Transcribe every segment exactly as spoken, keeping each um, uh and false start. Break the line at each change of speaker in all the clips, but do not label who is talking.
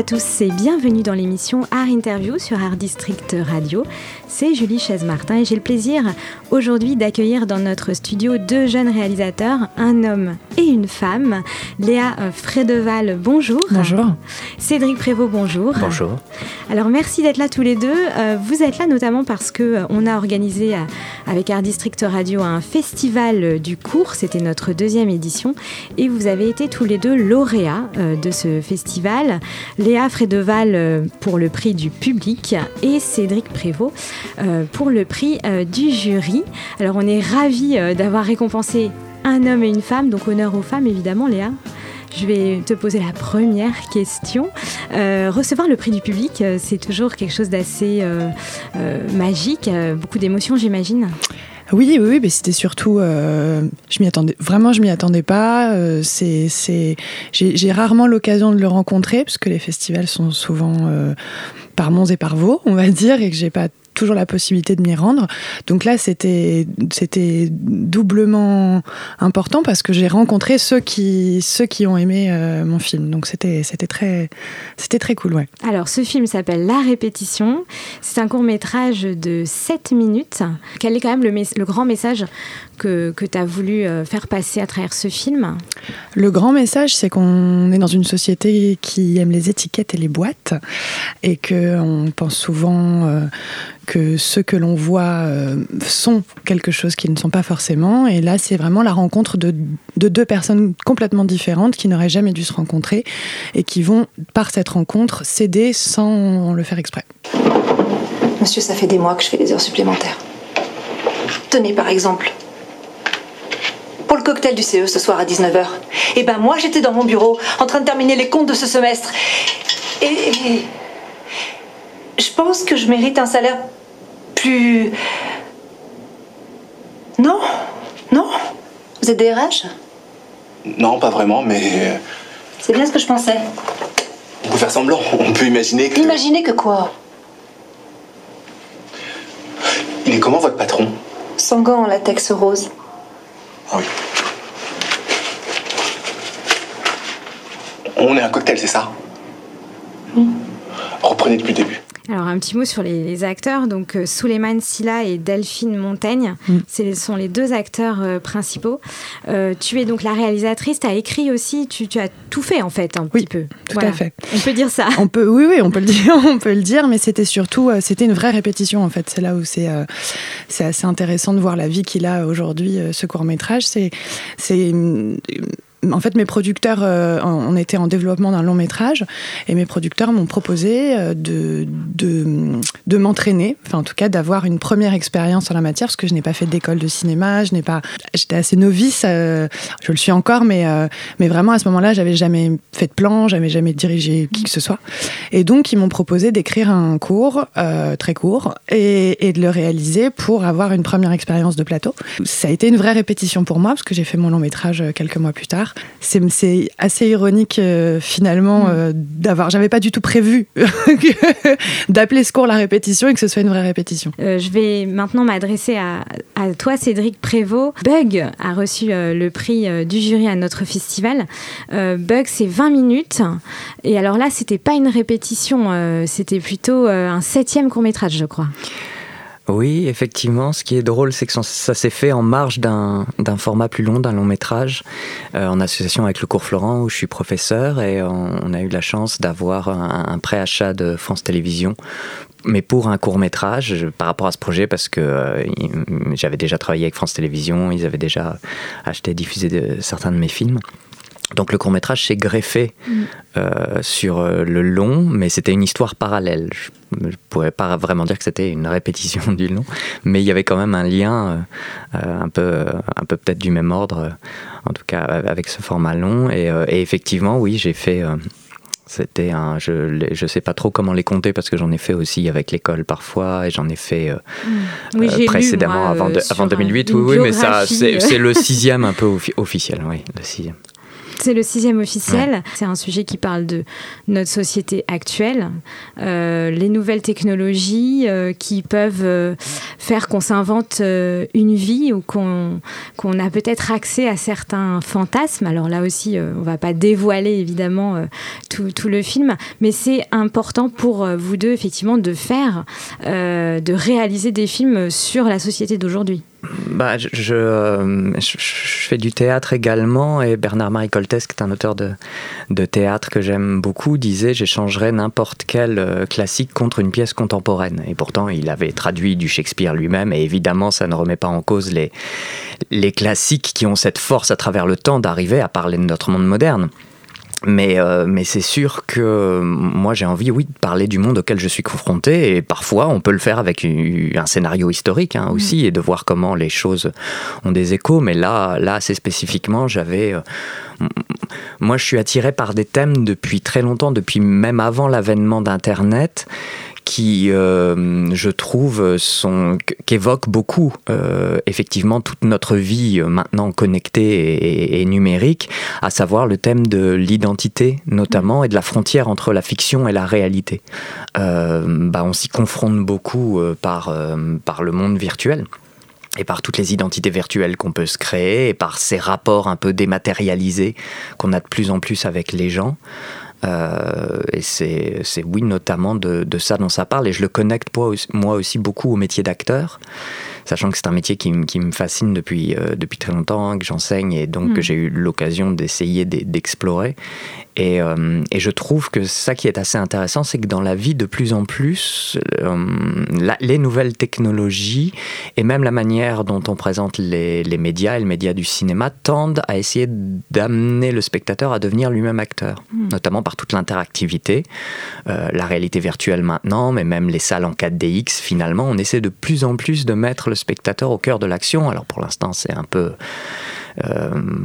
à tous et bienvenue dans l'émission Art Interview sur Art District Radio. C'est Julie Chaise-Martin et j'ai le plaisir aujourd'hui d'accueillir dans notre studio deux jeunes réalisateurs, un homme et une femme. Léa Frédeval, bonjour.
Bonjour.
Cédric Prévost, bonjour.
Bonjour.
Alors merci d'être là tous les deux. Vous êtes là notamment parce qu'on a organisé avec Art District Radio un festival du court, c'était notre deuxième édition et vous avez été tous les deux lauréats de ce festival. Léa Frédeval pour le prix du public et Cédric Prévost pour le prix du jury. Alors on est ravis d'avoir récompensé un homme et une femme, donc honneur aux femmes évidemment. Léa, je vais te poser la première question. Euh, recevoir le prix du public, c'est toujours quelque chose d'assez euh, euh, magique, beaucoup d'émotions j'imagine.
Oui, oui, oui, mais c'était surtout, euh, je m'y attendais, vraiment, je m'y attendais pas. Euh, c'est, c'est, j'ai, j'ai rarement l'occasion de le rencontrer parce que les festivals sont souvent euh, par Mons et par Vaux, on va dire, et que j'ai pas toujours la possibilité de m'y rendre. Donc là, c'était, c'était doublement important parce que j'ai rencontré ceux qui, ceux qui ont aimé euh, mon film. Donc c'était, c'était très, c'était très cool, ouais.
Alors, ce film s'appelle La Répétition. C'est un court-métrage de sept minutes. Quel est quand même le, mes- le grand message que, que tu as voulu euh, faire passer à travers ce film ?
Le grand message, c'est qu'on est dans une société qui aime les étiquettes et les boîtes et qu'on pense souvent euh, que ceux que l'on voit euh, sont quelque chose qu'ils ne sont pas forcément. Et là, c'est vraiment la rencontre de, de deux personnes complètement différentes qui n'auraient jamais dû se rencontrer et qui vont, par cette rencontre, s'aider sans le faire exprès.
Monsieur, ça fait des mois que je fais des heures supplémentaires. Tenez, par exemple, pour le cocktail du C E ce soir à dix-neuf heures. Eh ben moi, j'étais dans mon bureau, en train de terminer les comptes de ce semestre. Et, et je pense que je mérite un salaire plus... Non ? Non ? Vous êtes D R H ?
Non, pas vraiment, mais
C'est bien ce que je pensais.
on peut faire semblant. On peut imaginer que...
Imaginez que quoi ?
Il est comment, votre patron ?
Sans gants en latex rose.
Ah oui. On est un cocktail, c'est ça ?
Oui.
Reprenez depuis le début.
Alors, un petit mot sur les, les acteurs. Donc, euh, Souleymane Sylla et Delphine Montaigne, mm. ce sont les deux acteurs euh, principaux. Euh, tu es donc la réalisatrice, tu as écrit aussi, tu, tu as tout fait en fait, un
oui,
petit peu.
Tout
voilà.
à fait.
On peut dire ça.
On peut, oui, oui, on peut le dire, on peut le dire, mais c'était surtout, euh, c'était une vraie répétition en fait. C'est là où c'est, euh, c'est assez intéressant de voir la vie qu'il a aujourd'hui, euh, ce court-métrage. C'est, c'est euh, En fait, mes producteurs, euh, on était en développement d'un long métrage et mes producteurs m'ont proposé euh, de, de, de m'entraîner, enfin en tout cas d'avoir une première expérience en la matière parce que je n'ai pas fait d'école de cinéma, je n'ai pas, j'étais assez novice, euh, je le suis encore, mais, euh, mais vraiment à ce moment-là, j'avais jamais fait de plan, j'avais jamais dirigé qui que ce soit. Et donc, ils m'ont proposé d'écrire un court, euh, très court, et, et de le réaliser pour avoir une première expérience de plateau. Ça a été une vraie répétition pour moi parce que j'ai fait mon long métrage quelques mois plus tard. C'est, c'est assez ironique euh, finalement euh, d'avoir. J'avais pas du tout prévu d'appeler ce cours la répétition et que ce soit une vraie répétition.
Euh, je vais maintenant m'adresser à, à toi, Cédric Prévost. Bug a reçu euh, le prix euh, du jury à notre festival. Euh, Bug, c'est vingt minutes. Et alors là, c'était pas une répétition, euh, c'était plutôt euh, un septième court-métrage, je crois.
Oui, effectivement. Ce qui est drôle, c'est que ça s'est fait en marge d'un, d'un format plus long, d'un long métrage, euh, en association avec le Cours Florent, où je suis professeur, et on, on a eu la chance d'avoir un, un préachat de France Télévisions, mais pour un court métrage, par rapport à ce projet, parce que euh, j'avais déjà travaillé avec France Télévisions, ils avaient déjà acheté et diffusé de, certains de mes films. Donc le court-métrage s'est greffé mmh. euh, sur euh, le long, mais c'était une histoire parallèle. Je ne pourrais pas vraiment dire que c'était une répétition du long, mais il y avait quand même un lien euh, un, peu, un peu peut-être du même ordre, euh, en tout cas avec ce format long. Et, euh, et effectivement, oui, j'ai fait... Euh, C'était un, je ne sais pas trop comment les compter parce que j'en ai fait aussi avec l'école parfois et j'en ai fait euh, mmh. oui, euh, précédemment lu, moi, avant, de, avant deux mille huit. Oui, oui, mais ça, c'est, c'est le sixième un peu offi- officiel, oui, le sixième.
C'est le sixième officiel. Ouais. C'est un sujet qui parle de notre société actuelle, euh, les nouvelles technologies euh, qui peuvent euh, faire qu'on s'invente euh, une vie ou qu'on, qu'on a peut-être accès à certains fantasmes. Alors là aussi, euh, on ne va pas dévoiler évidemment euh, tout, tout le film, mais c'est important pour euh, vous deux effectivement de faire, euh, de réaliser des films sur la société d'aujourd'hui.
Bah, je, je, je, je fais du théâtre également, et Bernard-Marie Coltès, qui est un auteur de, de théâtre que j'aime beaucoup, disait « J'échangerais n'importe quel classique contre une pièce contemporaine ». Et pourtant, il avait traduit du Shakespeare lui-même, et évidemment, ça ne remet pas en cause les, les classiques qui ont cette force à travers le temps d'arriver à parler de notre monde moderne. Mais, euh, mais c'est sûr que moi j'ai envie, oui, de parler du monde auquel je suis confronté, et parfois on peut le faire avec une, un scénario historique hein, aussi, mmh. et de voir comment les choses ont des échos. Mais là, là assez spécifiquement, j'avais... Euh, moi je suis attiré par des thèmes depuis très longtemps, depuis même avant l'avènement d'Internet, qui, euh, je trouve, sont, qu'évoquent beaucoup, euh, effectivement, toute notre vie euh, maintenant connectée et, et numérique, à savoir le thème de l'identité, notamment, et de la frontière entre la fiction et la réalité. Euh, bah, on s'y confronte beaucoup euh, par, euh, par le monde virtuel. Et par toutes les identités virtuelles qu'on peut se créer, et par ces rapports un peu dématérialisés qu'on a de plus en plus avec les gens. Euh, et c'est, c'est oui notamment de, de ça dont ça parle, et je le connecte moi aussi beaucoup au métier d'acteur, sachant que c'est un métier qui, qui me fascine depuis, euh, depuis très longtemps, hein, que j'enseigne, et donc mmh. que j'ai eu l'occasion d'essayer d'explorer. Et, euh, et je trouve que ça qui est assez intéressant, c'est que dans la vie de plus en plus, euh, la, les nouvelles technologies et même la manière dont on présente les, les médias et le média du cinéma tendent à essayer d'amener le spectateur à devenir lui-même acteur, mmh. notamment par toute l'interactivité, euh, la réalité virtuelle maintenant, mais même les salles en quatre D X, finalement, on essaie de plus en plus de mettre le spectateur au cœur de l'action. Alors pour l'instant, c'est un peu... Euh,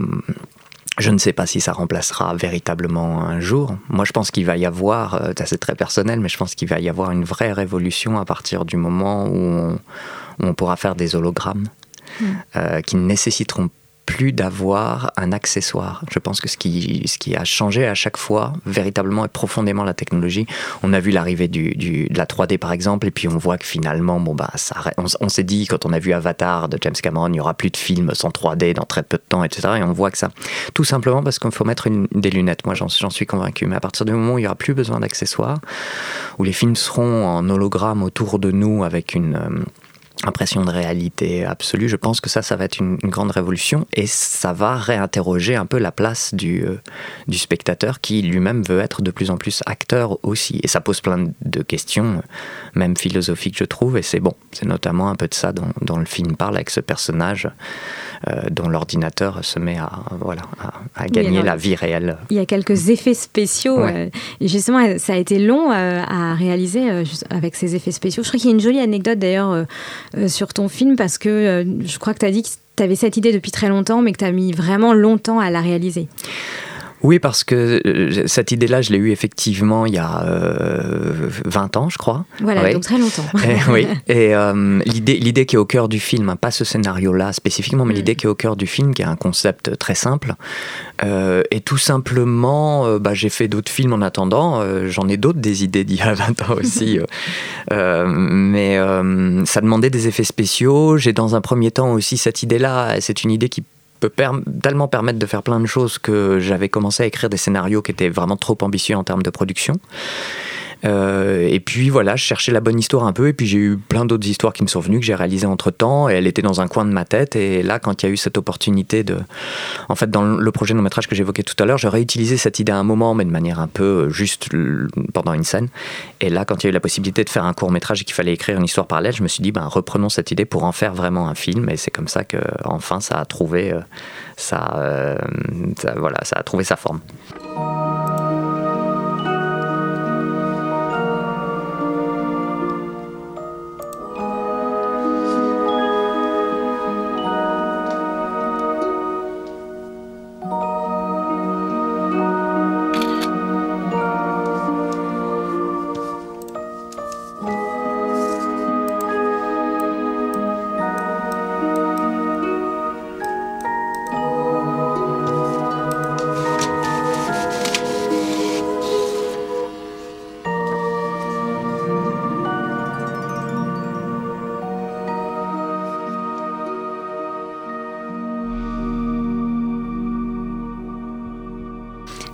Je ne sais pas si ça remplacera véritablement un jour. Moi, je pense qu'il va y avoir, ça c'est très personnel, mais je pense qu'il va y avoir une vraie révolution à partir du moment où on, où on pourra faire des hologrammes mmh. euh, qui ne nécessiteront plus d'avoir un accessoire. Je pense que ce qui, ce qui a changé à chaque fois, véritablement et profondément la technologie, on a vu l'arrivée du, du, de la trois D par exemple, et puis on voit que finalement, bon bah, ça, on, on s'est dit, quand on a vu Avatar de James Cameron, il n'y aura plus de films sans trois D dans très peu de temps, et cetera. Et on voit que ça, tout simplement parce qu'il faut mettre une, des lunettes. Moi, j'en, j'en suis convaincu. Mais à partir du moment où il n'y aura plus besoin d'accessoires, où les films seront en hologramme autour de nous avec une... Euh, impression de réalité absolue, je pense que ça, ça va être une, une grande révolution, et ça va réinterroger un peu la place du, euh, du spectateur qui lui-même veut être de plus en plus acteur aussi. Et ça pose plein de questions, même philosophiques, je trouve, et c'est bon. C'est notamment un peu de ça dont, dont le film parle, avec ce personnage euh, dont l'ordinateur se met à, voilà, à, à gagner oui, alors, la vie réelle.
Il y a quelques effets spéciaux, ouais. euh, et justement, ça a été long euh, à réaliser euh, avec ces effets spéciaux. Je crois qu'il y a une jolie anecdote d'ailleurs euh, Euh, sur ton film, parce que euh, je crois que tu as dit que tu avais cette idée depuis très longtemps, mais que tu as mis vraiment longtemps à la réaliser.
Oui, parce que euh, cette idée-là, je l'ai eue effectivement il y a euh, vingt ans, je crois.
Voilà, oui. Donc très longtemps.
Et, oui, et euh, l'idée, l'idée qui est au cœur du film, hein, pas ce scénario-là spécifiquement, mais mmh. l'idée qui est au cœur du film, qui est un concept très simple, euh, et tout simplement, euh, bah, j'ai fait d'autres films en attendant, euh, j'en ai d'autres des idées d'il y a vingt ans aussi, euh, euh, mais euh, ça demandait des effets spéciaux. J'ai dans un premier temps aussi cette idée-là, c'est une idée qui peut per- tellement permettre de faire plein de choses que j'avais commencé à écrire des scénarios qui étaient vraiment trop ambitieux en termes de production. Euh, et puis voilà, je cherchais la bonne histoire un peu, et puis j'ai eu plein d'autres histoires qui me sont venues, que j'ai réalisées entre temps, et elle était dans un coin de ma tête. Et là, quand il y a eu cette opportunité de... En fait, dans le projet de long métrage que j'évoquais tout à l'heure, j'aurais utilisé cette idée à un moment, mais de manière un peu juste pendant une scène. Et là, quand il y a eu la possibilité de faire un court métrage et qu'il fallait écrire une histoire parallèle, je me suis dit, ben, reprenons cette idée pour en faire vraiment un film. Et c'est comme ça que, enfin, ça a trouvé, euh, ça, euh, ça, voilà, ça a trouvé sa forme.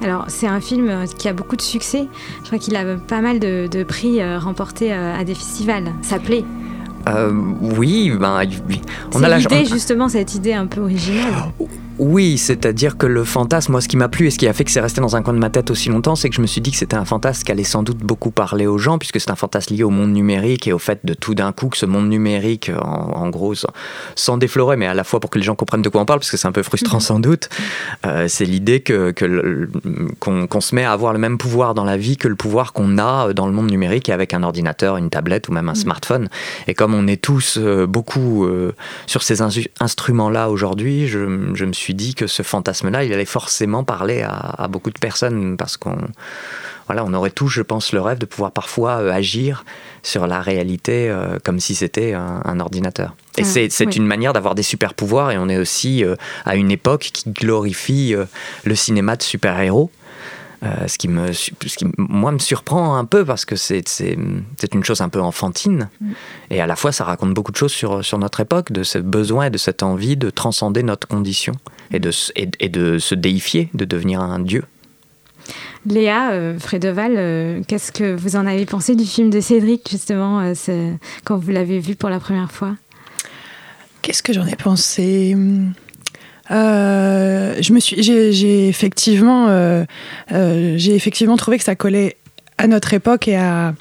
Alors, c'est un film qui a beaucoup de succès. Je crois qu'il a pas mal de, de prix euh, remportés euh, à des festivals. Ça plaît.
Euh, oui, ben, on
c'est
a la
l'idée, justement, cette idée un peu originale.
Oui, c'est-à-dire que le fantasme, moi ce qui m'a plu et ce qui a fait que c'est resté dans un coin de ma tête aussi longtemps, c'est que je me suis dit que c'était un fantasme qui allait sans doute beaucoup parler aux gens, puisque c'est un fantasme lié au monde numérique et au fait de tout d'un coup que ce monde numérique, en, en gros, sans, sans déflorer, mais à la fois pour que les gens comprennent de quoi on parle, parce que c'est un peu frustrant sans doute, euh, c'est l'idée que, que le, qu'on, qu'on se met à avoir le même pouvoir dans la vie que le pouvoir qu'on a dans le monde numérique avec un ordinateur, une tablette ou même un smartphone. Et comme on est tous euh, beaucoup euh, sur ces in- instruments-là aujourd'hui, je, je me suis dit que ce fantasme-là, il allait forcément parler à, à beaucoup de personnes parce qu'on voilà, on aurait tous, je pense, le rêve de pouvoir parfois euh, agir sur la réalité euh, comme si c'était un, un ordinateur. Et ah, c'est, c'est oui. une manière d'avoir des super pouvoirs et on est aussi euh, à une époque qui glorifie euh, le cinéma de super-héros. Euh, ce qui, me, ce qui, moi, me surprend un peu parce que c'est, c'est, c'est une chose un peu enfantine. Mm. Et à la fois, ça raconte beaucoup de choses sur, sur notre époque, de ce besoin et de cette envie de transcender notre condition et de, et, et de se déifier, de devenir un dieu.
Léa, euh, Frédeval, euh, qu'est-ce que vous en avez pensé du film de Cédric, justement, euh, c'est, quand vous l'avez vu pour la première fois ?
Qu'est-ce que j'en ai pensé ? Euh, je me suis, j'ai, j'ai effectivement, euh, euh, j'ai effectivement trouvé que ça collait à notre époque et à.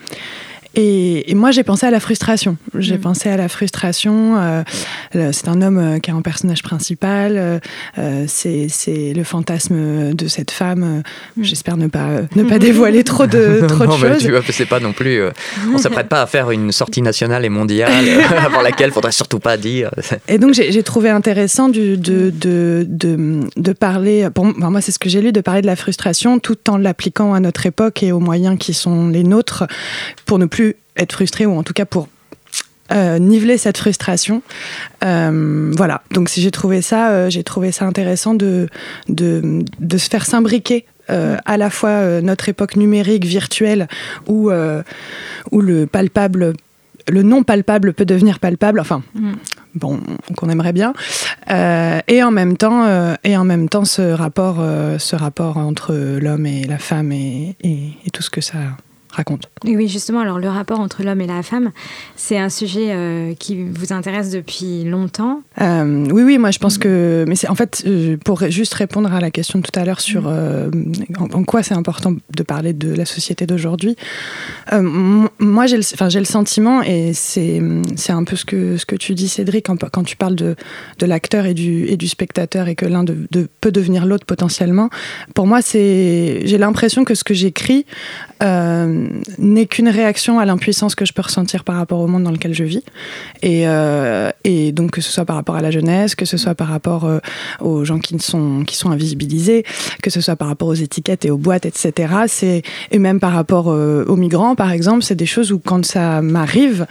Et, et moi, j'ai pensé à la frustration. J'ai mmh. pensé à la frustration. Euh, le, c'est un homme euh, qui est un personnage principal. Euh, c'est, c'est le fantasme de cette femme. Euh, mmh. J'espère ne pas, euh, ne pas dévoiler trop de, trop
non,
de
mais
choses.
Tu vois, c'est pas non plus. Euh, on s'apprête pas à faire une sortie nationale et mondiale euh, avant laquelle il faudrait surtout pas dire.
Et donc, j'ai, j'ai trouvé intéressant du, de, de, de, de parler. Pour moi, c'est ce que j'ai lu, de parler de la frustration, tout en l'appliquant à notre époque et aux moyens qui sont les nôtres, pour ne plus être frustré, ou en tout cas pour euh, niveler cette frustration. Euh, voilà, donc si j'ai trouvé ça, euh, j'ai trouvé ça intéressant de, de, de se faire s'imbriquer euh, à la fois euh, notre époque numérique, virtuelle, où, euh, où le palpable, le non palpable peut devenir palpable, enfin, mm. bon, qu'on aimerait bien, euh, et en même temps, euh, et en même temps ce rapport, euh, ce rapport entre l'homme et la femme et, et, et tout ce que ça raconte.
Et oui, justement, alors le rapport entre l'homme et la femme, c'est un sujet euh, qui vous intéresse depuis longtemps.
Euh, oui, oui, moi je pense mmh. que... Mais c'est, en fait, euh, pour juste répondre à la question de tout à l'heure sur euh, en, en quoi c'est important de parler de la société d'aujourd'hui, euh, m- moi j'ai le, enfin, j'ai le sentiment, et c'est, c'est un peu ce que, ce que tu dis, Cédric, quand, quand tu parles de, de l'acteur et du, et du spectateur, et que l'un de, de, peut devenir l'autre potentiellement. Pour moi, c'est, j'ai l'impression que ce que j'écris euh, n'est qu'une réaction à l'impuissance que je peux ressentir par rapport au monde dans lequel je vis. Et, euh, et donc, que ce soit par rapport à la jeunesse, que ce soit par rapport euh, aux gens qui sont, qui sont invisibilisés, que ce soit par rapport aux étiquettes et aux boîtes, et cetera. C'est, et même par rapport euh, aux migrants, par exemple, c'est des choses où, quand ça m'arrive,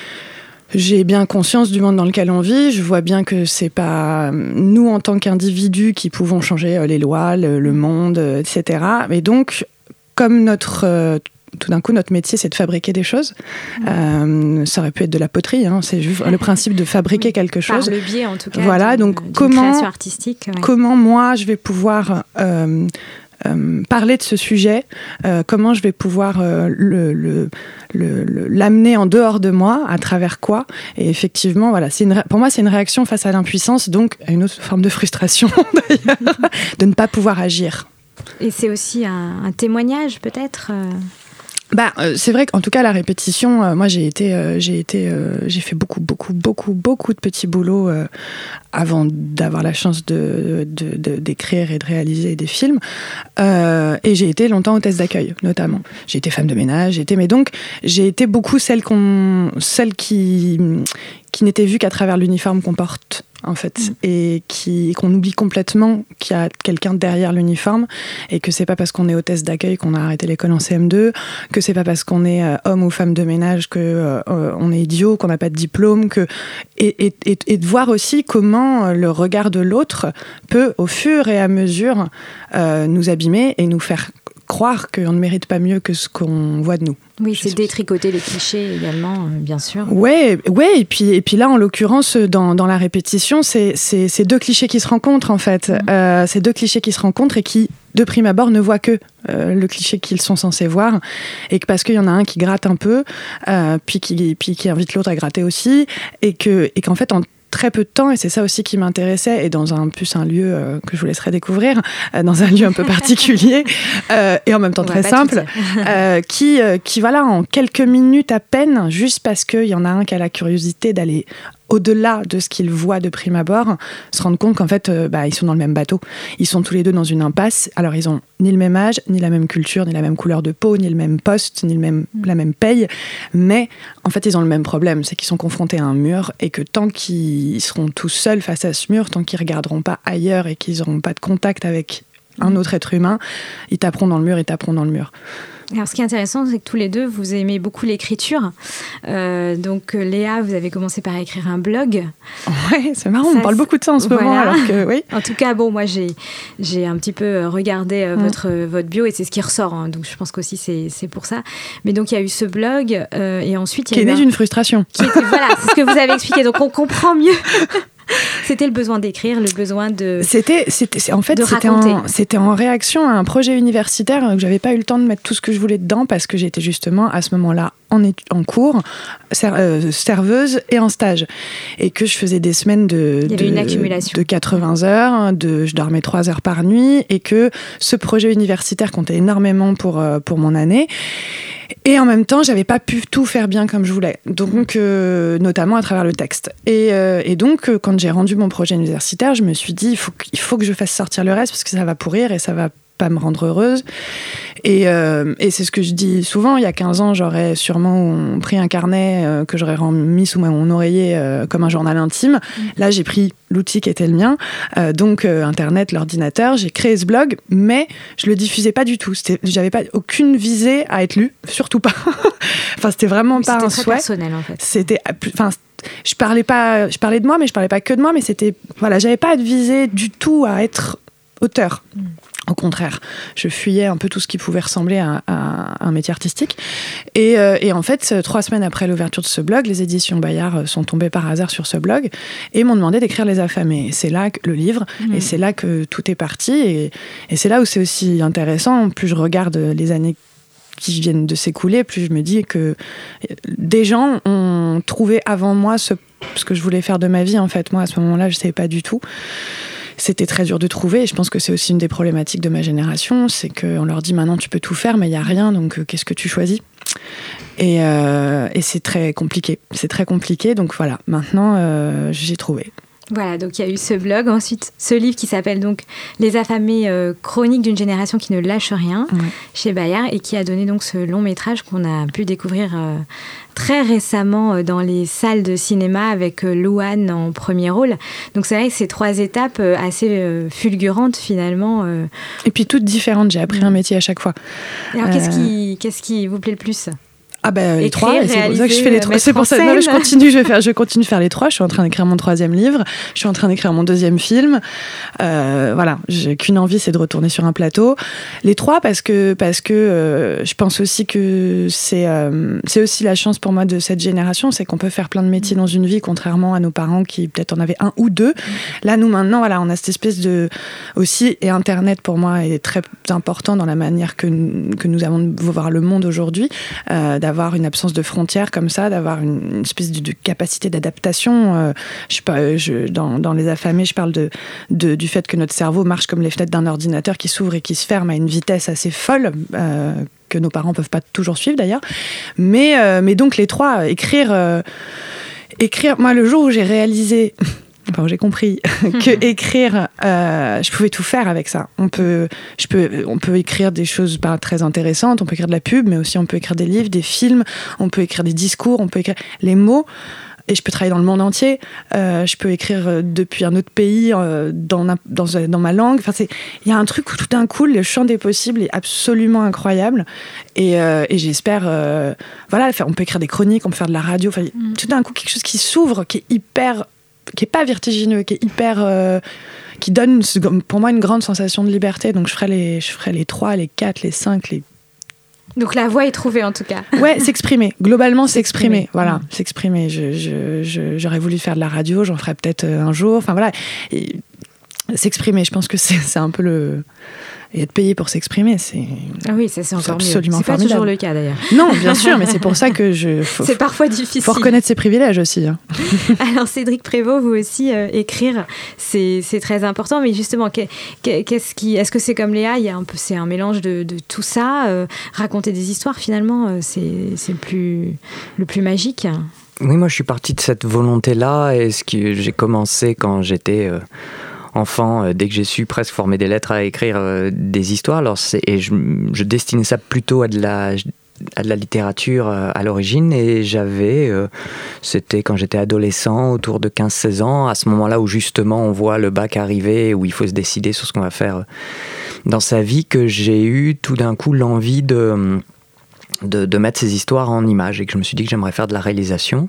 j'ai bien conscience du monde dans lequel on vit. Je vois bien que c'est pas nous, en tant qu'individus, qui pouvons changer les lois, le, le monde, et cetera. Et donc, comme notre... Euh, tout d'un coup, notre métier, c'est de fabriquer des choses. Mmh. Euh, ça aurait pu être de la poterie, hein. C'est juste le principe de fabriquer oui, quelque chose.
Par le biais, en tout cas,
voilà,
d'une,
donc
d'une
comment,
création artistique. Ouais.
Comment moi, je vais pouvoir euh, euh, parler de ce sujet, euh, comment je vais pouvoir euh, le, le, le, le, l'amener en dehors de moi, à travers quoi. Et effectivement, voilà, c'est une, pour moi, c'est une réaction face à l'impuissance, donc à une autre forme de frustration, d'ailleurs, de ne pas pouvoir agir.
Et c'est aussi un, un témoignage, peut-être euh...
Bah, euh, c'est vrai qu'en tout cas, la répétition, euh, moi, j'ai été, euh, j'ai été, euh, j'ai fait beaucoup, beaucoup, beaucoup, beaucoup de petits boulots euh, avant d'avoir la chance de, de, de, d'écrire et de réaliser des films. Euh, et j'ai été longtemps hôtesse d'accueil, notamment. J'ai été femme de ménage, j'ai été, mais donc, j'ai été beaucoup celle qu'on, celle qui, qui n'était vue qu'à travers l'uniforme qu'on porte, en fait, mmh. et qui, qu'on oublie complètement qu'il y a quelqu'un derrière l'uniforme, et que c'est pas parce qu'on est hôtesse d'accueil qu'on a arrêté l'école en C M deux, que c'est pas parce qu'on est euh, homme ou femme de ménage que euh, on est idiot, qu'on n'a pas de diplôme, que et, et, et, et de voir aussi comment euh, le regard de l'autre peut, au fur et à mesure, euh, nous abîmer et nous faire croire qu'on ne mérite pas mieux que ce qu'on voit de nous.
Oui, c'est détricoter les clichés également, euh, bien sûr.
Ouais, ouais, et puis et puis là, en l'occurrence, dans, dans la répétition, c'est c'est c'est deux clichés qui se rencontrent en fait. Mmh. Euh, c'est deux clichés qui se rencontrent et qui, de prime abord, ne voient que euh, le cliché qu'ils sont censés voir, et que parce qu'il y en a un qui gratte un peu, euh, puis qui puis qui invite l'autre à gratter aussi, et que et qu'en fait en très peu de temps, et c'est ça aussi qui m'intéressait, et dans un plus un lieu euh, que je vous laisserai découvrir, euh, dans un lieu un peu particulier euh, et en même temps très simple, euh, qui euh, qui voilà en quelques minutes à peine, juste parce qu'il y en a un qui a la curiosité d'aller au-delà de ce qu'ils voient de prime abord, se rendre compte qu'en fait, euh, bah, ils sont dans le même bateau. Ils sont tous les deux dans une impasse. Alors, ils ont ni le même âge, ni la même culture, ni la même couleur de peau, ni le même poste, ni le même, mmh. la même paye. Mais, en fait, ils ont le même problème. C'est qu'ils sont confrontés à un mur et que tant qu'ils seront tous seuls face à ce mur, tant qu'ils ne regarderont pas ailleurs et qu'ils n'auront pas de contact avec un autre être humain, ils taperont dans le mur, ils taperont dans le mur.
Alors, ce qui est intéressant, c'est que tous les deux, vous aimez beaucoup l'écriture. Euh, donc, Léa, vous avez commencé par écrire un blog.
Ouais, c'est marrant, ça, on parle beaucoup de ça en ce
voilà.
moment. Alors que, oui.
En tout cas, bon, moi, j'ai, j'ai un petit peu regardé euh, mmh. votre, votre bio et c'est ce qui ressort. Hein, donc, je pense qu'aussi, c'est, c'est pour ça. Mais donc, il y a eu ce blog euh, et ensuite... Il y a
qui est né
un...
d'une frustration.
Qui était, voilà, c'est ce que vous avez expliqué. Donc, on comprend mieux... C'était le besoin d'écrire, le besoin de
C'était, c'était en fait,
de
c'était en, c'était en réaction à un projet universitaire que j'avais pas eu le temps de mettre tout ce que je voulais dedans parce que j'étais justement à ce moment-là en, étu- en cours, ser- euh, serveuse et en stage. Et que je faisais des semaines de,
Il y avait une accumulation.
de quatre-vingts heures, de, je dormais trois heures par nuit et que ce projet universitaire comptait énormément pour, pour mon année. Et en même temps, j'avais pas pu tout faire bien comme je voulais, donc euh, notamment à travers le texte. Et, euh, et donc, euh, quand j'ai rendu mon projet universitaire, je me suis dit, il faut, il faut que je fasse sortir le reste parce que ça va pourrir et ça va pas me rendre heureuse. Et, euh, et c'est ce que je dis souvent, il y a quinze ans, j'aurais sûrement pris un carnet euh, que j'aurais mis sous mon oreiller euh, comme un journal intime. Mmh. Là, j'ai pris l'outil qui était le mien, euh, donc euh, Internet, l'ordinateur. J'ai créé ce blog, mais je le diffusais pas du tout. C'était, j'avais pas aucune visée à être lu, surtout pas. Enfin, c'était vraiment
oui,
pas
c'était
un
très
souhait.
Personnel, en fait.
C'était, enfin, je parlais pas, je parlais de moi, mais je parlais pas que de moi. Mais c'était, voilà, j'avais pas de visée du tout à être auteur. Mmh. Au contraire, je fuyais un peu tout ce qui pouvait ressembler à, à un métier artistique. Et, euh, et en fait, trois semaines après l'ouverture de ce blog, les éditions Bayard sont tombées par hasard sur ce blog et m'ont demandé d'écrire Les Affamés. Et c'est là que le livre, mmh. et c'est là que tout est parti. Et, et c'est là où c'est aussi intéressant. Plus je regarde les années qui viennent de s'écouler, plus je me dis que des gens ont trouvé avant moi ce, ce que je voulais faire de ma vie. En fait, moi, à ce moment-là, je ne savais pas du tout. C'était très dur de trouver et je pense que c'est aussi une des problématiques de ma génération, c'est qu'on leur dit maintenant tu peux tout faire mais il n'y a rien, donc euh, qu'est-ce que tu choisis ? et, euh, et c'est très compliqué, c'est très compliqué, donc voilà, maintenant euh, j'ai trouvé.
Voilà, donc il y a eu ce blog, ensuite ce livre qui s'appelle donc Les Affamés, euh, chroniques d'une génération qui ne lâche rien, ouais. chez Bayard, et qui a donné donc ce long métrage qu'on a pu découvrir euh, très récemment euh, dans les salles de cinéma avec euh, Louane en premier rôle. Donc c'est vrai que c'est trois étapes euh, assez euh, fulgurantes finalement. Euh...
Et puis toutes différentes, j'ai appris mmh. un métier à chaque fois.
Alors euh... qu'est-ce qui, qu'est-ce qui vous plaît le plus ?
Ah ben bah, les
Écrire,
trois, c'est pour ça que je fais les trois. C'est pour ça que non, je continue, je vais faire, je continue de faire les trois. Je suis en train d'écrire mon troisième livre, je suis en train d'écrire mon deuxième film. Euh, voilà, j'ai qu'une envie, c'est de retourner sur un plateau. Les trois parce que parce que euh, je pense aussi que c'est euh, c'est aussi la chance pour moi de cette génération, c'est qu'on peut faire plein de métiers dans une vie, contrairement à nos parents qui peut-être en avaient un ou deux. Là, nous maintenant, voilà, on a cette espèce de aussi et Internet pour moi est très important dans la manière que que nous avons de voir le monde aujourd'hui. Euh, d'avoir une absence de frontières comme ça, d'avoir une, une espèce de, de capacité d'adaptation. Euh, je sais pas, je, dans, dans Les Affamés, je parle de, de, du fait que notre cerveau marche comme les fenêtres d'un ordinateur qui s'ouvre et qui se ferme à une vitesse assez folle, euh, que nos parents peuvent pas toujours suivre d'ailleurs. Mais, euh, mais donc les trois, écrire, euh, écrire. Moi, le jour où j'ai réalisé... Enfin, j'ai compris que écrire, euh, je pouvais tout faire avec ça. On peut, je peux, on peut écrire des choses pas très intéressantes, on peut écrire de la pub, mais aussi on peut écrire des livres, des films, on peut écrire des discours, on peut écrire les mots. Et je peux travailler dans le monde entier. Euh, je peux écrire depuis un autre pays euh, dans, dans, dans ma langue. Enfin, c'est, il y a un truc où tout d'un coup, le champ des possibles est absolument incroyable. Et, euh, et j'espère, euh, voilà, on peut écrire des chroniques, on peut faire de la radio. Enfin, mm. tout d'un coup, quelque chose qui s'ouvre, qui est hyper qui est pas vertigineux, qui est hyper, euh, qui donne pour moi une grande sensation de liberté. Donc je ferai les, je ferai les trois, les quatre, les cinq, les...
Donc la voie est trouvée en tout cas.
Ouais, s'exprimer. Globalement, s'exprimer.
s'exprimer.
Voilà,
mmh.
s'exprimer. Je, je, je, j'aurais voulu faire de la radio, j'en ferai peut-être un jour. Enfin voilà, et s'exprimer. Je pense que c'est, c'est un peu le... Et être payé pour s'exprimer, c'est...
Ah oui, ça c'est encore
c'est absolument
mieux. C'est
formidable.
pas toujours le cas d'ailleurs.
Non, bien sûr, mais c'est pour ça que je... Faut,
c'est parfois difficile.
Il faut reconnaître ses privilèges aussi. Hein.
Alors Cédric Prévost, vous aussi, euh, écrire, c'est, c'est très important. Mais justement, qu'est-ce qui, est-ce que c'est comme Léa, il y a un peu, c'est un mélange de, de tout ça. Euh, raconter des histoires, finalement, euh, c'est, c'est le, plus, le plus magique.
Oui, moi je suis partie de cette volonté-là. Et ce que j'ai commencé quand j'étais... Euh, enfant, euh, dès que j'ai su presque former des lettres à écrire euh, des histoires, alors c'est, et je, je destinais ça plutôt à de la, à de la littérature euh, à l'origine, et j'avais, euh, c'était quand j'étais adolescent, autour de quinze seize ans, à ce moment-là où justement on voit le bac arriver, où il faut se décider sur ce qu'on va faire dans sa vie, que j'ai eu tout d'un coup l'envie de, de, de mettre ces histoires en images, et que je me suis dit que j'aimerais faire de la réalisation.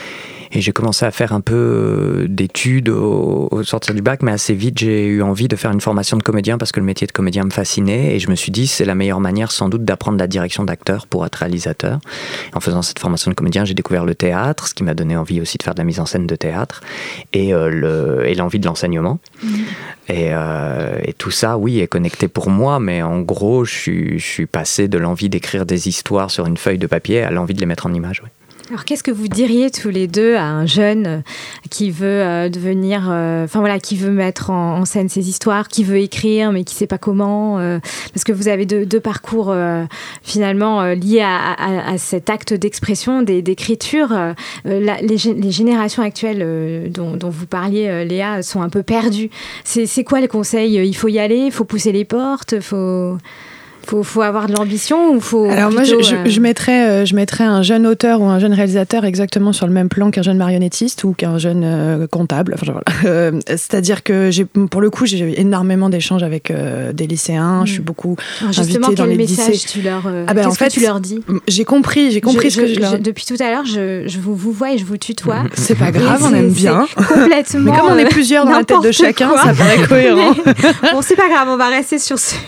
Et j'ai commencé à faire un peu d'études au, au sortir du bac, mais assez vite, j'ai eu envie de faire une formation de comédien parce que le métier de comédien me fascinait. Et je me suis dit, c'est la meilleure manière sans doute d'apprendre la direction d'acteur pour être réalisateur. Et en faisant cette formation de comédien, j'ai découvert le théâtre, ce qui m'a donné envie aussi de faire de la mise en scène de théâtre et, euh, le, et l'envie de l'enseignement. Mmh. Et, euh, et tout ça, oui, est connecté pour moi, mais en gros, je suis, je suis passé de l'envie d'écrire des histoires sur une feuille de papier à l'envie de les mettre en images, oui.
Alors, qu'est-ce que vous diriez tous les deux à un jeune qui veut euh, devenir, enfin euh, voilà, qui veut mettre en, en scène ses histoires, qui veut écrire mais qui ne sait pas comment, euh, parce que vous avez deux, deux parcours euh, finalement euh, liés à, à, à cet acte d'expression, des, d'écriture. Euh, la, les, les générations actuelles euh, dont, dont vous parliez, euh, Léa, sont un peu perdues. C'est, c'est quoi les conseils ? Il faut y aller, il faut pousser les portes, il faut... Faut, faut avoir de l'ambition ou faut
Alors
plutôt,
moi, je,
euh...
je, je, mettrais, euh, je mettrais un jeune auteur ou un jeune réalisateur exactement sur le même plan qu'un jeune marionnettiste ou qu'un jeune euh, comptable. Enfin, voilà. euh, c'est-à-dire que j'ai, pour le coup, j'ai eu énormément d'échanges avec euh, des lycéens. Mmh. Je suis beaucoup
Alors
invitée dans les lycées.
Justement, quel message tu leur, euh,
ah ben,
qu'est-ce
en fait,
que tu leur dis ?
J'ai compris, j'ai compris
je,
ce que
je,
je leur...
Je, depuis tout à l'heure, je, je vous, vous vois et je vous tutoie.
C'est pas grave, on aime bien.
Complètement.
Mais comme on est plusieurs dans la tête de chacun,
quoi.
Ça paraît cohérent.
Bon, c'est pas grave, on va rester sur ce...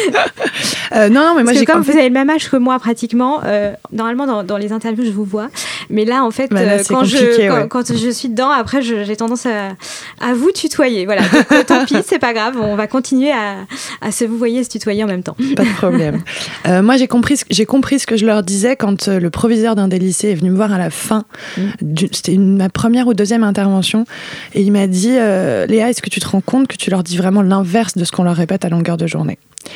euh, non, non, mais moi,
Parce
j'ai
comme
compris...
vous avez le même âge que moi pratiquement, euh, normalement dans, dans les interviews je vous vois, mais là en fait
bah là,
euh, quand, je,
ouais.
quand, quand je suis dedans, après je, j'ai tendance à, à vous tutoyer. Voilà, donc euh, tant pis, c'est pas grave, on va continuer à, à se vous voyer et se tutoyer en même temps.
Pas de problème. Euh, moi j'ai compris, j'ai compris ce que je leur disais quand euh, le proviseur d'un des lycées est venu me voir à la fin. Mmh. Du, c'était une, ma première ou deuxième intervention et il m'a dit euh, Léa, est-ce que tu te rends compte que tu leur dis vraiment l'inverse de ce qu'on leur répète à longueur de journée ?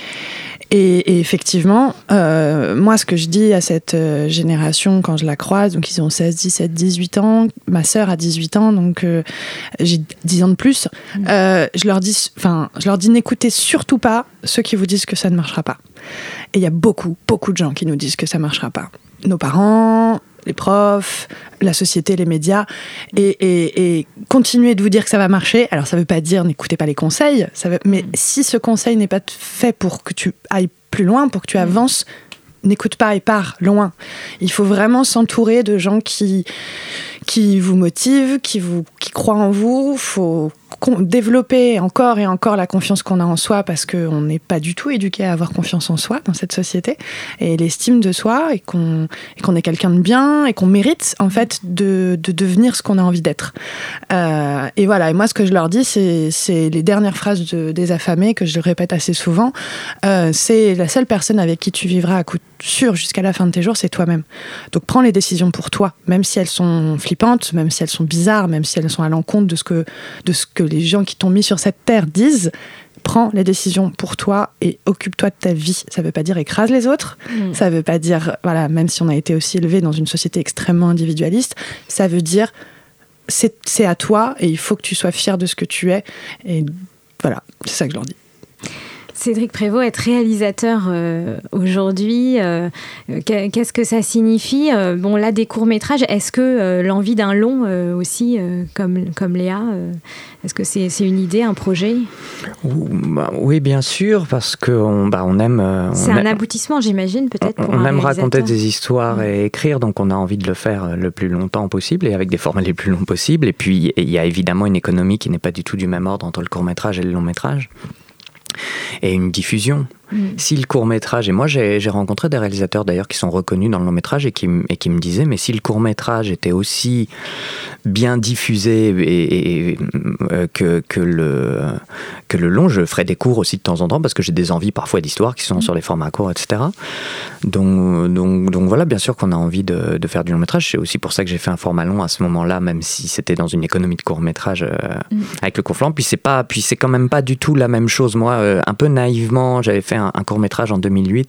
Et, et effectivement, euh, moi, ce que je dis à cette euh, génération quand je la croise, donc ils ont seize, dix-sept, dix-huit ans, ma sœur a dix-huit ans, donc euh, j'ai dix ans de plus, mmh. euh, je leur dis, enfin, je leur dis, n'écoutez surtout pas ceux qui vous disent que ça ne marchera pas. Et il y a beaucoup, beaucoup de gens qui nous disent que ça ne marchera pas. Nos parents, les profs, la société, les médias, et, et, et continuer de vous dire que ça va marcher. Alors, ça ne veut pas dire n'écoutez pas les conseils, ça veut, mais si ce conseil n'est pas fait pour que tu ailles plus loin, pour que tu avances, n'écoute pas et pars loin. Il faut vraiment s'entourer de gens qui, qui vous motivent, qui, vous, qui croient en vous. Il faut développer encore et encore la confiance qu'on a en soi parce qu'on n'est pas du tout éduqué à avoir confiance en soi dans cette société et l'estime de soi et qu'on, et qu'on est quelqu'un de bien et qu'on mérite en fait de, de devenir ce qu'on a envie d'être. Euh, et voilà, et moi ce que je leur dis c'est, c'est les dernières phrases de, des affamés que je répète assez souvent, euh, c'est la seule personne avec qui tu vivras à coup sûr jusqu'à la fin de tes jours, c'est toi-même. Donc prends les décisions pour toi, même si elles sont flippantes, même si elles sont bizarres, même si elles sont à l'encontre de ce que, de ce que les gens qui t'ont mis sur cette terre disent. Prends les décisions pour toi et occupe-toi de ta vie. Ça ne veut pas dire écrase les autres, mmh. ça ne veut pas dire, voilà, même si on a été aussi élevé dans une société extrêmement individualiste, ça veut dire c'est, c'est à toi et il faut que tu sois fier de ce que tu es. Et voilà, c'est ça que je leur dis.
Cédric Prévost, être réalisateur euh, aujourd'hui, euh, qu'est-ce que ça signifie ? euh, Bon, là, des courts-métrages, est-ce que euh, l'envie d'un long euh, aussi, euh, comme, comme Léa, euh, est-ce que c'est, c'est une idée, un projet ?
Bah, oui, bien sûr, parce qu'on bah, on aime... On
c'est
aime,
un aboutissement, j'imagine, peut-être, pour
on
un
aime
réalisateur.
raconter des histoires et écrire, donc on a envie de le faire le plus longtemps possible et avec des formats les plus longs possibles. Et puis, il y a évidemment une économie qui n'est pas du tout du même ordre entre le court-métrage et le long-métrage. Et une diffusion. Mmh. Si le court-métrage, et moi j'ai, j'ai rencontré des réalisateurs d'ailleurs qui sont reconnus dans le long-métrage et qui, et qui me disaient, mais si le court-métrage était aussi bien diffusé et, et, euh, que, que, le, que le long, je ferais des cours aussi de temps en temps parce que j'ai des envies parfois d'histoires qui sont mmh. sur les formats courts, et cetera. Donc, donc, donc voilà, bien sûr qu'on a envie de, de faire du long-métrage. C'est aussi pour ça que j'ai fait un format long à ce moment-là, même si c'était dans une économie de court-métrage euh, mmh. avec le court-flanc. Puis c'est pas, puis c'est quand même pas du tout la même chose. Moi, euh, un peu naïvement, j'avais fait un, un court-métrage en deux mille huit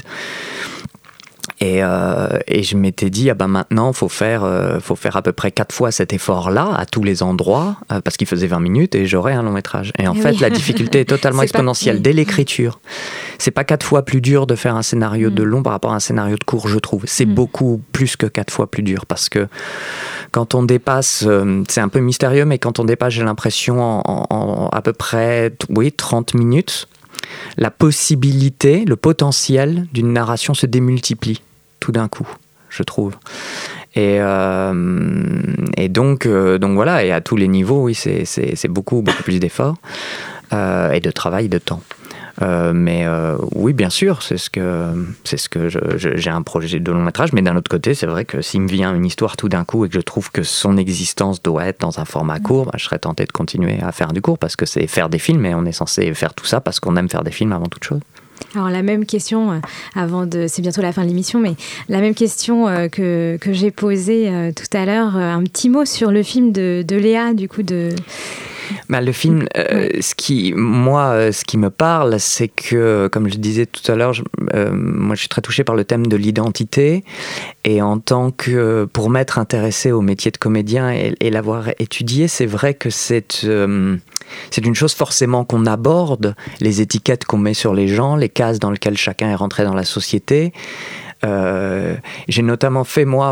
et, euh, et je m'étais dit ah ben maintenant faut faire euh, faut faire à peu près quatre fois cet effort-là à tous les endroits euh, parce qu'il faisait vingt minutes et j'aurais un long-métrage. Et en et fait oui. la difficulté est totalement c'est exponentielle pas... dès l'écriture. C'est pas quatre fois plus dur de faire un scénario mmh. de long par rapport à un scénario de court, je trouve. C'est mmh. beaucoup plus que quatre fois plus dur parce que quand on dépasse, euh, c'est un peu mystérieux, mais quand on dépasse, j'ai l'impression en, en, en à peu près oui trente minutes. La possibilité, le potentiel d'une narration se démultiplie tout d'un coup, je trouve. Et, euh, et donc, euh, donc voilà, et à tous les niveaux, oui, c'est, c'est, c'est beaucoup, beaucoup plus d'efforts euh, et de travail, de temps. Euh, mais euh, oui, bien sûr, c'est ce que, c'est ce que je, je, j'ai un projet de long métrage, mais d'un autre côté, c'est vrai que s'il me vient une histoire tout d'un coup et que je trouve que son existence doit être dans un format court, bah, je serais tenté de continuer à faire du court parce que c'est faire des films et on est censé faire tout ça parce qu'on aime faire des films avant toute chose.
Alors la même question, avant de, c'est bientôt la fin de l'émission, mais la même question euh, que, que j'ai posée euh, tout à l'heure, euh, un petit mot sur le film de, de Léa, du coup de...
Bah, le film, euh, ce qui, moi, euh, ce qui me parle, c'est que, comme je disais tout à l'heure, je, euh, moi je suis très touché par le thème de l'identité. Et en tant que, pour m'être intéressé au métier de comédien et, et l'avoir étudié, c'est vrai que c'est, euh, c'est une chose forcément qu'on aborde, les étiquettes qu'on met sur les gens, les cases dans lesquelles chacun est rentré dans la société. Euh, j'ai notamment fait, moi,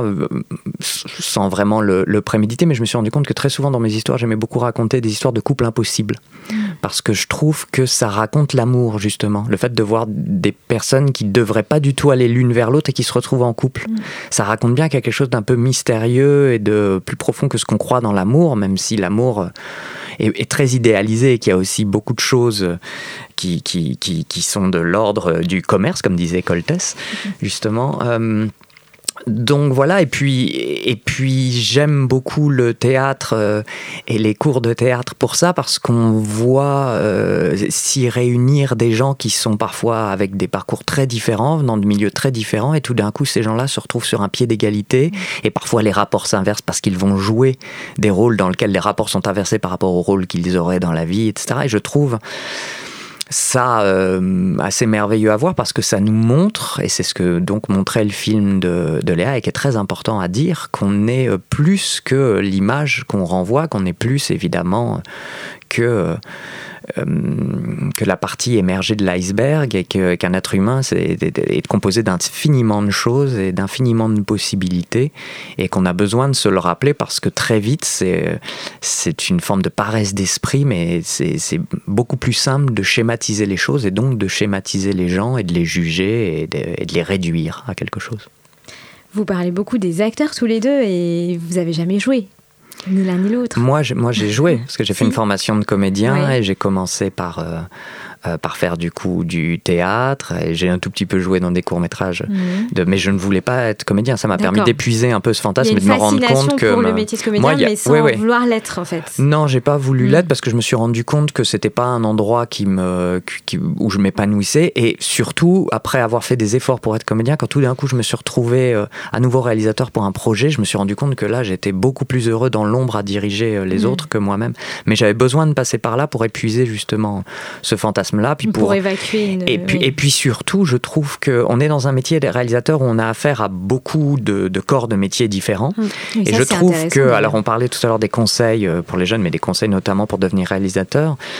sans vraiment le, le préméditer, mais je me suis rendu compte que très souvent dans mes histoires, j'aimais beaucoup raconter des histoires de couples impossibles. Mmh. Parce que je trouve que ça raconte l'amour, justement. Le fait de voir des personnes qui ne devraient pas du tout aller l'une vers l'autre et qui se retrouvent en couple. Mmh. Ça raconte bien qu'il y a quelque chose d'un peu mystérieux et de plus profond que ce qu'on croit dans l'amour, même si l'amour est, est très idéalisé et qu'il y a aussi beaucoup de choses qui, qui, qui, qui sont de l'ordre du commerce, comme disait Coltès, justement. Euh, donc voilà, et puis, et puis j'aime beaucoup le théâtre euh, et les cours de théâtre pour ça, parce qu'on voit euh, s'y réunir des gens qui sont parfois avec des parcours très différents, venant de milieux très différents, et tout d'un coup ces gens-là se retrouvent sur un pied d'égalité, et parfois les rapports s'inversent parce qu'ils vont jouer des rôles dans lesquels les rapports sont inversés par rapport aux rôles qu'ils auraient dans la vie, et cetera. Et je trouve ça euh, assez merveilleux à voir parce que ça nous montre, et c'est ce que donc montrait le film de, de Léa et qui est très important à dire, qu'on est plus que l'image qu'on renvoie, qu'on est plus évidemment que, euh, que la partie émergée de l'iceberg, et que, qu'un être humain c'est, est, est composé d'infiniment de choses et d'infiniment de possibilités, et qu'on a besoin de se le rappeler parce que très vite c'est, c'est une forme de paresse d'esprit, mais c'est, c'est beaucoup plus simple de schématiser les choses et donc de schématiser les gens et de les juger et de, et de les réduire à quelque chose.
Vous parlez beaucoup des acteurs tous les deux et vous n'avez jamais joué, ni l'un ni l'autre.
Moi, j'ai, moi, j'ai joué, parce que j'ai fait une formation de comédien, oui. Et j'ai commencé par, euh, euh, par faire du coup du théâtre, et j'ai un tout petit peu joué dans des courts-métrages, mmh. de, mais je ne voulais pas être comédien. Ça m'a D'accord. permis d'épuiser un peu ce fantasme et de me rendre compte que...
pour le métier de comédien, moi, a... mais sans oui, oui. vouloir l'être en fait.
Non, j'ai pas voulu mmh. l'être parce que je me suis rendu compte que c'était pas un endroit qui me, qui, où je m'épanouissais, et surtout, après avoir fait des efforts pour être comédien, quand tout d'un coup je me suis retrouvé euh, à nouveau réalisateur pour un projet, je me suis rendu compte que là, j'étais beaucoup plus heureux dans l'ombre à diriger les mmh. autres que moi-même. Mais j'avais besoin de passer par là pour épuiser justement ce fantasme-là. Puis
pour, pour évacuer une...
Et puis,
oui.
et puis surtout, je trouve qu'on est dans un métier de réalisateur où on a affaire à beaucoup de, de corps de métiers différents. Mmh. Et, et ça, je trouve que... Alors on parlait tout à l'heure des conseils pour les jeunes, mais des conseils notamment pour devenir réalisateur.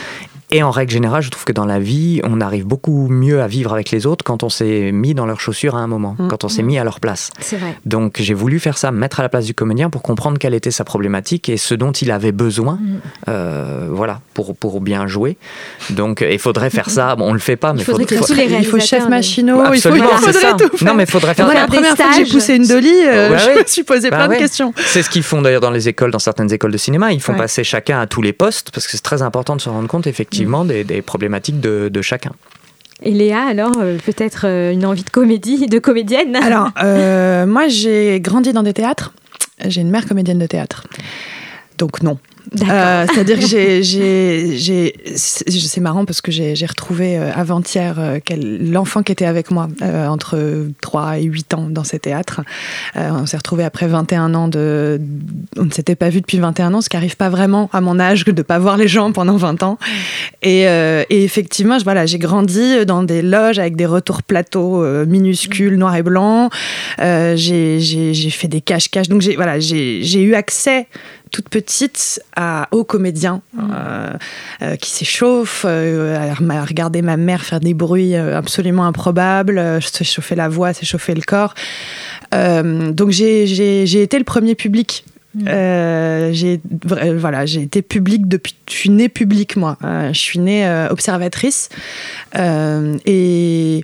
Et en règle générale, je trouve que dans la vie, on arrive beaucoup mieux à vivre avec les autres quand on s'est mis dans leurs chaussures à un moment, mmh. quand on s'est mis à leur place.
C'est vrai.
Donc j'ai voulu faire ça, me mettre à la place du comédien pour comprendre quelle était sa problématique et ce dont il avait besoin, mmh. euh, voilà, pour, pour bien jouer. Donc il faudrait faire ça, bon, on le fait pas, mais
il faudrait
faudrait,
que tous les
il faut chef machinot,
bah,
il faut,
voilà,
il faudrait tout faire.
Non, mais faudrait faire
Moi,
ça.
la première fois que j'ai poussé une dolly, euh, bah, je oui. me suis posé bah, plein ouais. de questions.
C'est ce qu'ils font d'ailleurs dans les écoles, dans certaines écoles de cinéma. Ils font ouais. passer chacun à tous les postes parce que c'est très important de se rendre compte effectivement mmh. des, des problématiques de, de chacun.
Et Léa, alors, euh, peut-être euh, une envie de comédie, de comédienne?
Alors, euh, moi, j'ai grandi dans des théâtres. J'ai une mère comédienne de théâtre. Donc, non. Euh, c'est-à-dire que j'ai, j'ai, j'ai, c'est, c'est marrant parce que j'ai, j'ai retrouvé euh, avant-hier euh, quel, l'enfant qui était avec moi euh, entre trois et huit ans dans ces théâtres. Euh, on s'est retrouvés après vingt et un ans de... On ne s'était pas vus depuis vingt et un ans, ce qui n'arrive pas vraiment à mon âge de ne pas voir les gens pendant vingt ans. Et, euh, et effectivement, je, voilà, j'ai grandi dans des loges avec des retours plateaux euh, minuscules, noirs et blancs. Euh, j'ai, j'ai, j'ai fait des cache-cache. Donc j'ai, voilà, j'ai, j'ai eu accès toute petite à, aux comédiens mmh. euh, euh, qui s'échauffent, euh, à regarder ma mère faire des bruits absolument improbables, euh, s'échauffer la voix, s'échauffer le corps. Euh, donc j'ai, j'ai, j'ai été le premier public. Mmh. Euh, j'ai, voilà, j'ai été publique depuis... Je suis née publique, moi. Euh, je suis née euh, observatrice. Euh, et...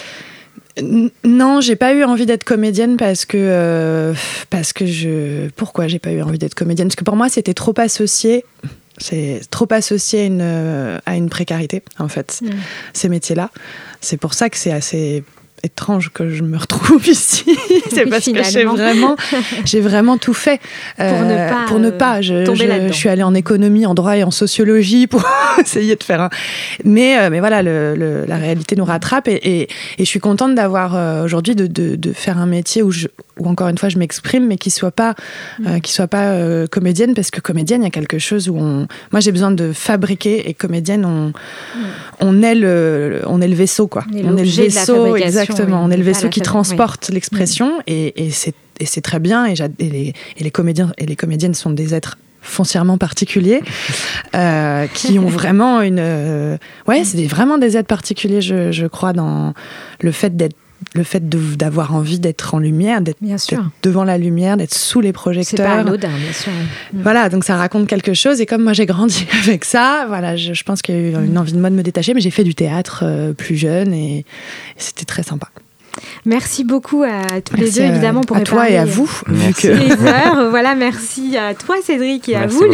Non, j'ai pas eu envie d'être comédienne parce que euh, parce que je pourquoi j'ai pas eu envie d'être comédienne parce que pour moi c'était trop associé c'est trop associé à une à une précarité en fait mmh. ces métiers-là. C'est pour ça que c'est assez étrange que je me retrouve ici. C'est oui, parce finalement. que j'ai vraiment, j'ai vraiment tout fait euh,
pour ne pas,
pour ne pas. Je,
tomber
je,
là-dedans.
Je suis allée en économie, en droit et en sociologie pour essayer de faire un. Mais, euh, mais voilà, le, le, la réalité nous rattrape et, et, et je suis contente d'avoir euh, aujourd'hui de, de, de faire un métier où, je, où encore une fois je m'exprime, mais qui soit pas, mmh. euh, qui soit pas euh, comédienne, parce que comédienne, il y a quelque chose où on. Moi, j'ai besoin de fabriquer et comédienne, on, mmh. on est le, on est le vaisseau quoi.
Et
on est le vaisseau, exactement.
Oui,
on est le vaisseau qui transporte
oui.
l'expression mmh. et, et, c'est, et c'est très bien. Et, et, les, et les comédiens et les comédiennes sont des êtres foncièrement particuliers euh, qui ont vraiment une. Euh, ouais, c'est des, vraiment des êtres particuliers, je, je crois, dans le fait d'être. Le fait de, d'avoir envie d'être en lumière, d'être, d'être devant la lumière, d'être sous les projecteurs.
C'est pas anodin, bien sûr.
Voilà, donc ça raconte quelque chose. Et comme moi j'ai grandi avec ça, voilà, je, je pense qu'il y a eu une envie de moi de me détacher. Mais j'ai fait du théâtre euh, plus jeune et, et c'était très sympa.
Merci beaucoup à tous
merci
les deux, évidemment, pour
à toi et à vous.
Vu que... les heures. Voilà, merci à toi, Cédric, et merci à vous, beaucoup.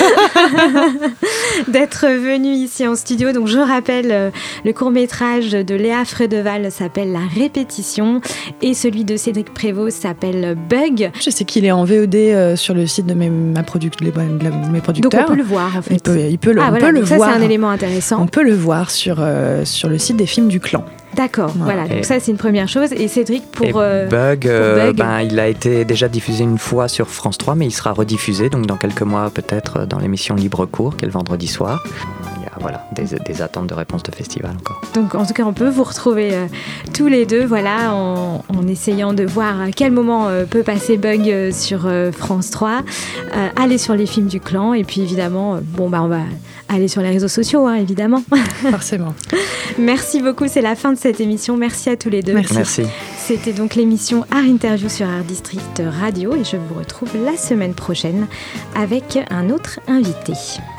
Léa, d'être venus ici en studio. Donc, je rappelle, le court-métrage de Léa Fredeval s'appelle La Répétition et celui de Cédric Prévost s'appelle Bug.
Je sais qu'il est en V O D euh, sur le site de mes, ma product, de mes producteurs.
Donc, on peut le voir, en fait.
Il peut, il peut le,
ah,
on
voilà,
peut le
ça,
voir.
C'est un élément intéressant.
On peut le voir sur, euh, sur le site des films du Clan.
D'accord, voilà, voilà. Donc ça c'est une première chose. Et Cédric, pour,
et
euh,
Bug,
pour
euh,
Bug.
Ben, il a été déjà diffusé une fois sur France trois, mais il sera rediffusé donc dans quelques mois peut-être dans l'émission Libre Cours, qui est le vendredi soir. Il y a voilà, des, des attentes de réponse de festival encore.
Donc en tout cas on peut vous retrouver euh, tous les deux voilà, en, en essayant de voir à quel moment euh, peut passer Bug euh, sur euh, France trois. Euh, allez sur les films du Clan et puis évidemment, euh, bon, bah, on va aller sur les réseaux sociaux, hein, évidemment.
Forcément.
Merci beaucoup, c'est la fin de cette émission. Merci à tous les deux.
Merci.
Merci.
C'était donc l'émission Art Interview sur Art District Radio et je vous retrouve la semaine prochaine avec un autre invité.